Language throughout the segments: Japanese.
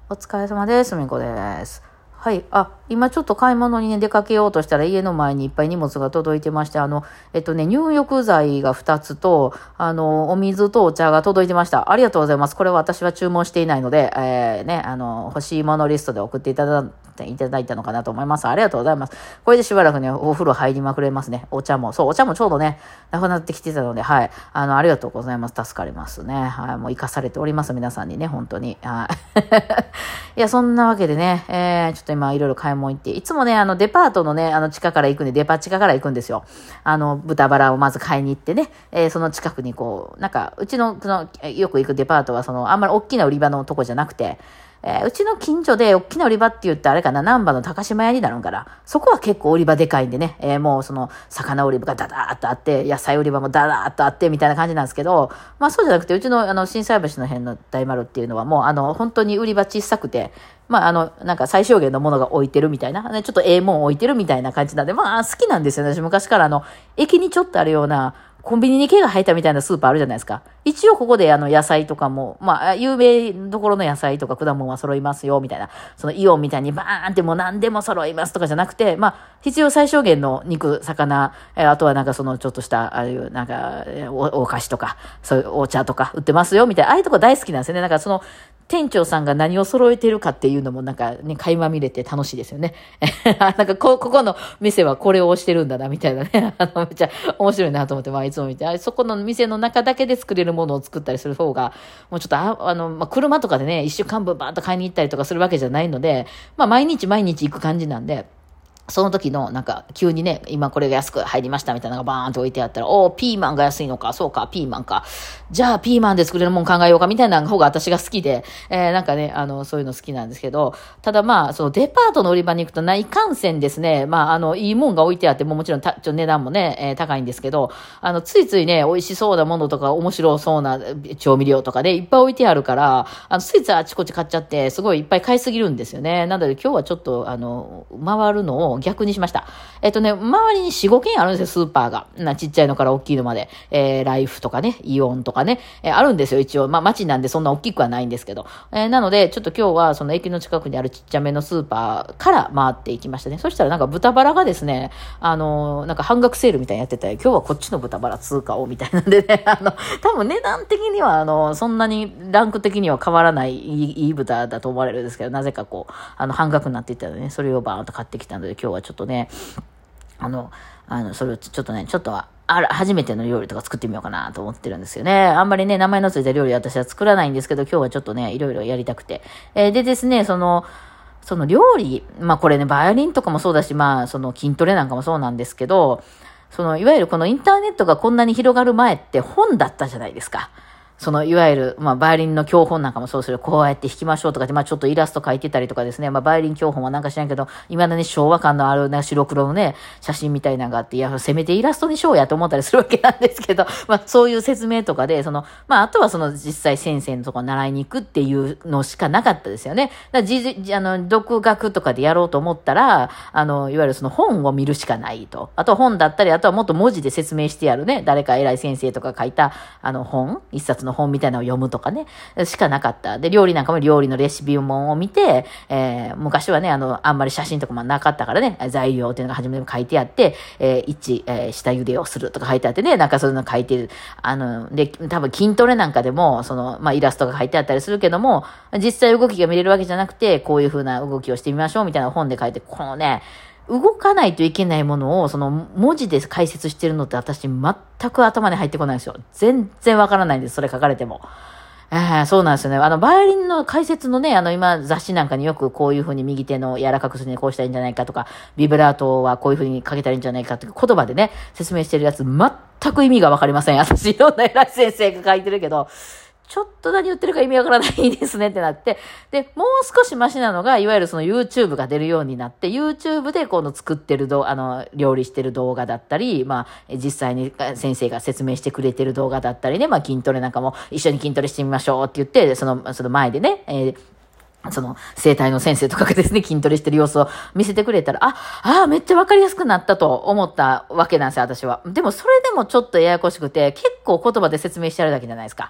お疲れ様です。みこです。はい。今ちょっと買い物にね、出かけようとしたら家の前にいっぱい荷物が届いてまして、入浴剤が2つと、お水とお茶が届いてました。ありがとうございます。これは私は注文していないので、欲しいものリストで送っていただいたのかなと思います。ありがとうございます。これでしばらくね、お風呂入りまくれますね。お茶もちょうどね、なくなってきてたので、はい。ありがとうございます。助かりますね。はい。もう生かされております。皆さんにね、本当に。はい。いや、そんなわけでね、ちょっと今いろいろ買い物行って、いつもね、デパートのね、地下から行くんで、デパ地下から行くんですよ。豚バラをまず買いに行ってね、その近くにうちの、よく行くデパートは、あんまり大きな売り場のとこじゃなくて、うちの近所で大きな売り場って言ったらあれかな、難波の高島屋になるんかな。そこは結構売り場でかいんでね、もう魚売り場がダダーっとあって、野菜売り場もダダーっとあってみたいな感じなんですけど、まあそうじゃなくて、うちの心斎橋の辺の大丸っていうのはもう本当に売り場小さくて、まあなんか最小限のものが置いてるみたいな、ね、ちょっともん置いてるみたいな感じなんで、まあ好きなんですよね。私昔から駅にちょっとあるような、コンビニに毛が生えたみたいなスーパーあるじゃないですか。一応ここで野菜とかも、まあ、有名どころの野菜とか果物は揃いますよ、みたいな。そのイオンみたいにバーンってもう何でも揃いますとかじゃなくて、まあ、必要最小限の肉、魚、あとはなんかちょっとした、ああいうなんか、お菓子とか、そういうお茶とか売ってますよ、みたいな。ああいうとこ大好きなんですよね。なんか店長さんが何を揃えてるかっていうのもなんかね、垣間見れて楽しいですよね。なんかここの店はこれをしてるんだな、みたいなね。めっちゃ面白いなと思って、まあいつも見て、そこの店の中だけで作れるものを作ったりする方が、もうちょっと車とかでね、一週間分バーンと買いに行ったりとかするわけじゃないので、まあ毎日行く感じなんで、その時のなんか急にね、今これが安く入りましたみたいなのがバーンと置いてあったら、ピーマンが安いのか、そうか、ピーマンか。じゃあピーマンで作れるもん考えようかみたいな方が私が好きで、なんかね、そういうの好きなんですけど、ただまあ、デパートの売り場に行くといかんせんですね、まあいいもんが置いてあってもちろんちょっと値段もね、高いんですけど、ついついね、美味しそうなものとか面白そうな調味料とかでいっぱい置いてあるから、ついついあちこち買っちゃって、すごいいっぱい買いすぎるんですよね。なので今日はちょっと、回るのを逆にしました。周りに4、5軒あるんですよ、スーパーが。ちっちゃいのから大きいのまで。ライフとかね、イオンとかね、あるんですよ、一応。まあ、街なんでそんな大きくはないんですけど。なので、ちょっと今日はその駅の近くにあるちっちゃめのスーパーから回っていきましたね。そしたらなんか豚バラがですね、なんか半額セールみたいにやってた今日はこっちの豚バラ通貨をみたいなんでね、多分値段的にはそんなにランク的には変わらないいい豚だと思われるんですけど、なぜか半額になっていったのでね、それをバーンと買ってきたので、今日はちょっとね、それをちょっとは、初めての料理とか作ってみようかなと思ってるんですよね。あんまりね、名前のついた料理私は作らないんですけど、今日はちょっとね、いろいろやりたくて。でですね、その料理、まあこれね、バイオリンとかもそうだし、まあ筋トレなんかもそうなんですけど、いわゆるこのインターネットがこんなに広がる前って本だったじゃないですか。いわゆる、まあ、バイオリンの教本なんかもそうする。こうやって弾きましょうとかで、まあ、ちょっとイラスト描いてたりとかですね。まあ、バイオリン教本はなんか知らんけど、未だに昭和感のあるね、白黒のね、写真みたいなのがあって、いや、せめてイラストにしようやと思ったりするわけなんですけど、まあ、そういう説明とかで、まあ、あとは実際先生のところ習いに行くっていうのしかなかったですよね。独学とかでやろうと思ったら、いわゆる本を見るしかないと。あと本だったり、あとはもっと文字で説明してやるね。誰か偉い先生とか書いた、一冊の本みたいなのを読むとかね、しかなかった。で、料理なんかも料理のレシピ本を見て、昔はね、あんまり写真とかもなかったからね、材料っていうのが初めに書いてあって、下茹でをするとか書いてあってね、なんかそういうの書いてる。で、多分筋トレなんかでも、まあ、イラストが書いてあったりするけども、実際動きが見れるわけじゃなくて、こういう風な動きをしてみましょうみたいな本で書いて、このね、動かないといけないものを、文字で解説してるのって私全く頭に入ってこないんですよ。全然わからないんです、それ書かれても。そうなんですよね。バイオリンの解説のね、今雑誌なんかによくこういう風に右手の柔らかくするにこうしたらいいんじゃないかとか、ビブラートはこういう風にかけたらいいんじゃないかという言葉でね、説明してるやつ全く意味がわかりません。私いろんな偉い先生が書いてるけど、ちょっと何言ってるか意味わからないですねってなって、で、もう少しマシなのが、いわゆるYouTube が出るようになって、YouTube で作ってる料理してる動画だったり、まあ、実際に先生が説明してくれてる動画だったりね、まあ、筋トレなんかも一緒に筋トレしてみましょうって言って、その前でね、生体の先生とかがですね、筋トレしてる様子を見せてくれたら、めっちゃわかりやすくなったと思ったわけなんですよ、私は。でもそれでもちょっとややこしくて、結構言葉で説明してあるだけじゃないですか。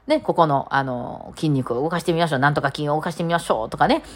ね、ここの、筋肉を動かしてみましょう。なんとか筋を動かしてみましょうとかね。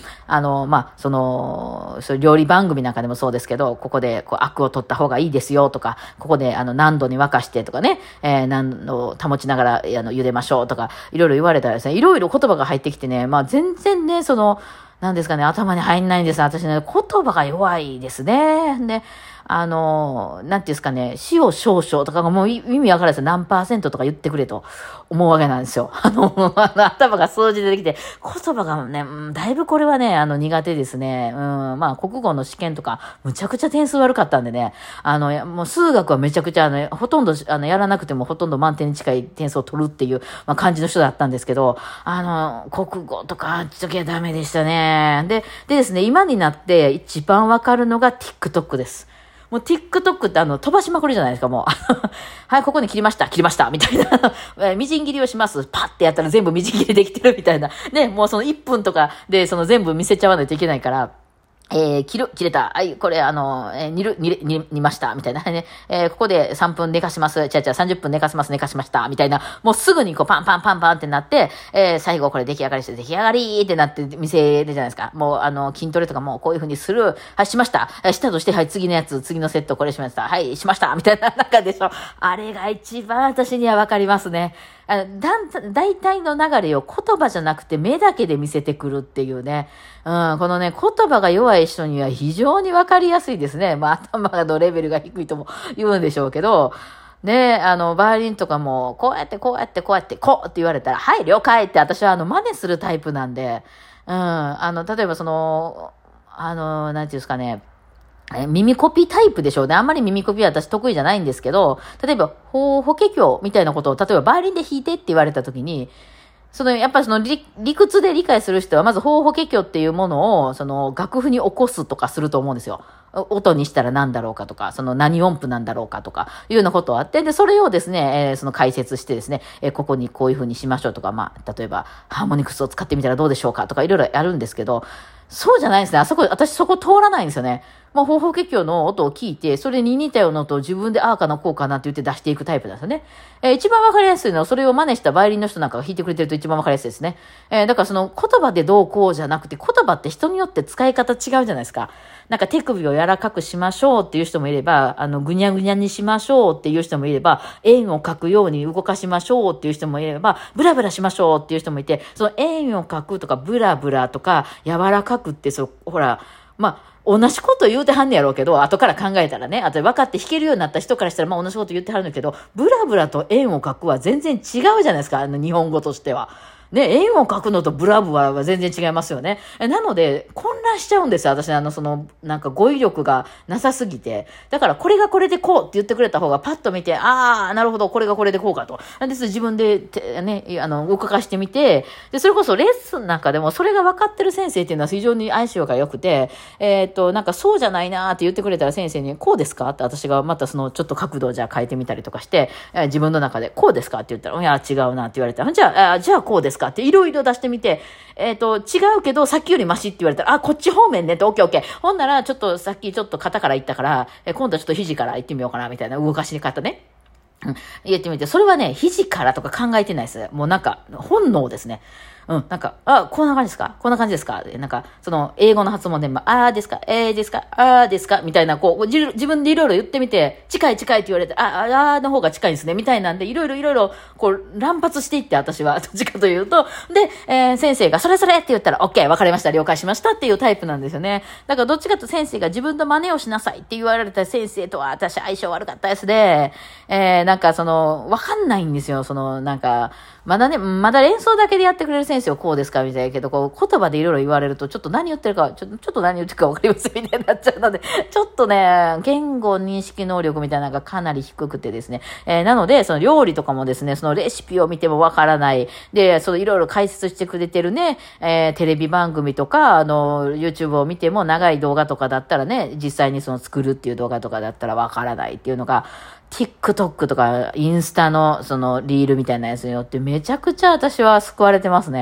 そういう料理番組なんかでもそうですけど、ここで、アクを取った方がいいですよとか、ここで、何度に沸かしてとかね、何度を保ちながら、茹でましょうとか、いろいろ言われたらですね、いろいろ言葉が入ってきてね、全然ね、なんですかね、頭に入んないんです。私ね、言葉が弱いですね。で、なんていうんですかね、塩少々とかがもう意味わからないですよ。何%とか言ってくれと思うわけなんですよ。頭が数字でできて、言葉がね、だいぶこれはね、苦手ですね。国語の試験とか、むちゃくちゃ点数悪かったんでね、もう数学はめちゃくちゃ、ほとんど、やらなくてもほとんど満点に近い点数を取るっていう、感じの人だったんですけど、国語とか、時はダメでしたね。でですね、今になって一番わかるのが TikTok です。もう TikTok って飛ばしまくりじゃないですか、もう。はい、ここに切りました、みたいな。みじん切りをします。パッてやったら全部みじん切りできてるみたいな。ね、もうその1分とかで全部見せちゃわないといけないから。切れた。はい、これ、煮ました。みたいなね。ここで3分寝かします。30分寝かします。寝かしました。みたいな。もうすぐにパンパンパンパンってなって、最後これ出来上がりして、出来上がりってなって見せるじゃないですか。もう、筋トレとかもこういう風にする。はい、しました。したとして、はい、次のやつ、次のセットこれしました。はい、しました。みたいな中でしょ。あれが一番私にはわかりますね。大体の流れを言葉じゃなくて目だけで見せてくるっていうね。このね、言葉が弱い人には非常にわかりやすいですね。頭のレベルが低いとも言うんでしょうけど、ね、バイオリンとかも、こうやって、こうやって、こうやって、こうって言われたら、はい、了解って私は真似するタイプなんで、例えばなんていうんですかね、耳コピタイプでしょうね。あんまり耳コピは私得意じゃないんですけど、例えば、法華経みたいなことを、例えばバイオリンで弾いてって言われたときに、やっぱり理屈で理解する人は、まず法華経っていうものを、楽譜に起こすとかすると思うんですよ。音にしたら何だろうかとか、何音符なんだろうかとか、いうようなことがあって、で、それをですね、解説してですね、ここにこういう風にしましょうとか、例えば、ハーモニクスを使ってみたらどうでしょうかとか、いろいろやるんですけど、そうじゃないですね。私そこ通らないんですよね。法華経の音を聞いて、それに似たような音を自分でああかなこうかなって言って出していくタイプなんですよね。一番わかりやすいのは、それを真似したバイオリンの人なんかが弾いてくれてると一番わかりやすいですね。だから言葉でどうこうじゃなくて、言葉って人によって使い方違うじゃないですか。なんか手首を柔らかくしましょうっていう人もいれば、ぐにゃぐにゃにしましょうっていう人もいれば、円を描くように動かしましょうっていう人もいれば、ブラブラしましょうっていう人もいて、円を描くとか、ブラブラとか、柔らかくって、ほら、同じこと言うてはんねやろうけど、後から考えたらね、あと分かって弾けるようになった人からしたら、同じこと言ってはるんだけど、ブラブラと円を描くは全然違うじゃないですか、日本語としては。ね、円を描くのとブラブラは全然違いますよね。なので、混乱しちゃうんですよ。私、なんか語彙力がなさすぎて。だから、これがこれでこうって言ってくれた方がパッと見て、なるほど、これがこれでこうかと。自分で、ね、動かしてみて、で、それこそレッスンなんかでも、それが分かってる先生っていうのは非常に相性が良くて、なんかそうじゃないなーって言ってくれたら先生に、こうですかって私がまたちょっと角度をじゃあ変えてみたりとかして、自分の中で、こうですかって言ったら、いや、違うなって言われたら、じゃあこうですかっていろいろ出してみて、違うけど、さっきよりマシって言われたら、こっち方面ねって、オッケーオッケー。ほんなら、ちょっとさっきちょっと肩から行ったから、今度はちょっと肘から行ってみようかな、みたいな動かし方ね。言ってみて、それはね、肘からとか考えてないです。もうなんか、本能ですね。なんか、こんな感じですかこんな感じですかなんか、英語の発音で、ですかですかですかみたいな、自分でいろいろ言ってみて、近いって言われて、の方が近いんですね、みたいなんで、いろいろ、乱発していって、私は、どっちかというと、で、先生が、それって言ったら、OK、わかりました、了解しましたっていうタイプなんですよね。だから、どっちかと先生が自分の真似をしなさいって言われた先生とは、私、相性悪かったですね。なんか、わかんないんですよ、なんか、まだ連想だけでやってくれる先生はこうですかみたいなけど、言葉でいろいろ言われると、ちょっと何言ってるか、ちょっと何言ってるかわかりませんみたいになっちゃうので、ちょっとね、言語認識能力みたいなのがかなり低くてですね。なので、料理とかもですね、レシピを見てもわからない。で、いろいろ解説してくれてるね、テレビ番組とか、YouTube を見ても長い動画とかだったらね、実際に作るっていう動画とかだったらわからないっていうのが、TikTok とかインスタのリールみたいなやつによってめちゃくちゃ私は救われてますね。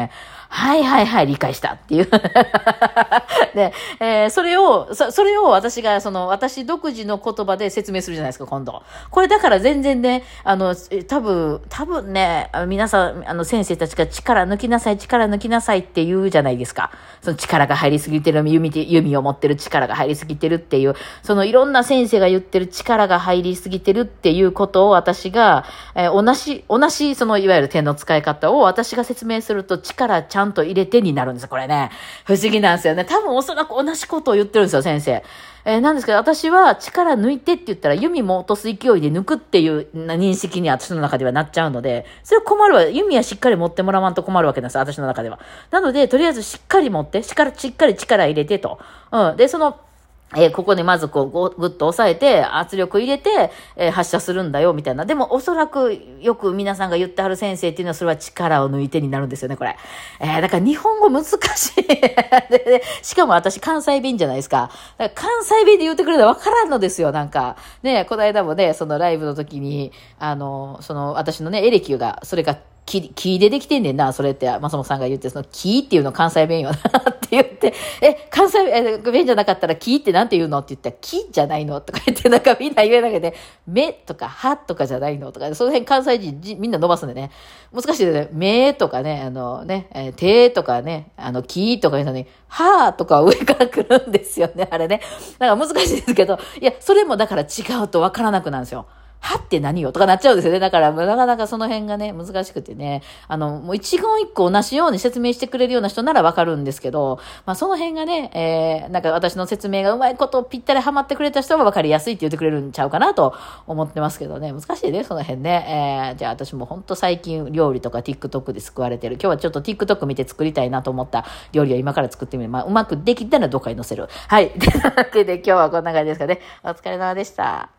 はいはいはい、理解したっていう。で、それを私が、私独自の言葉で説明するじゃないですか、今度。これだから全然ね、多分ね、皆さん、先生たちが力抜きなさいって言うじゃないですか。その力が入りすぎてる、弓を持ってる力が入りすぎてるっていう、いろんな先生が言ってる力が入りすぎてるっていうことを私が、同じ、いわゆる点の使い方を私が説明すると力ちゃんと入れてになるんですよ、これね。不思議なんですよね。多分おそらく同じことを言ってるんですよ、先生。なんですけど、私は力抜いてって言ったら弓も落とす勢いで抜くっていう認識に私の中ではなっちゃうので、それ困るわ。弓はしっかり持ってもらわんと困るわけなんですよ、私の中では。なので、とりあえずしっかり持って、しっかり力入れてと。で、ここでまずこう、ぐっと押さえて、圧力入れて、発射するんだよ、みたいな。でも、おそらく、よく皆さんが言ってはる先生っていうのは、それは力を抜いてになるんですよね、これ。だから日本語難しい。でしかも私、関西弁じゃないですか。だから関西弁で言ってくれたら分からんのですよ、なんか。ね、この間もね、そのライブの時に、私のね、エレキューが、それが、木でできてんねんな、それって、まさもさんが言って、木っていうの関西弁よなって言って、関西弁じゃなかったら木ってなんて言うのって言ったら、木じゃないのとか言って、なんかみんな言えなくて、目とか歯とかじゃないのとか、その辺関西人みんな伸ばすんでね。難しいですね。目とかね、手とかね、木とか言うのに、歯とか上から来るんですよね、あれね。だから難しいですけど、いや、それもだから違うとわからなくなるんですよ。はって何よとかなっちゃうんですよね。だから、なかなかその辺がね、難しくてね。もう一言一句同じように説明してくれるような人ならわかるんですけど、まあその辺がね、なんか私の説明がうまいことぴったりハマってくれた人はわかりやすいって言ってくれるんちゃうかなと思ってますけどね。難しいね、その辺ね。じゃあ私も本当最近料理とか TikTok で救われてる。今日はちょっと TikTok 見て作りたいなと思った料理を今から作ってみる。まあうまくできたらどっかに載せる。はい。というわけで今日はこんな感じですかね。お疲れ様でした。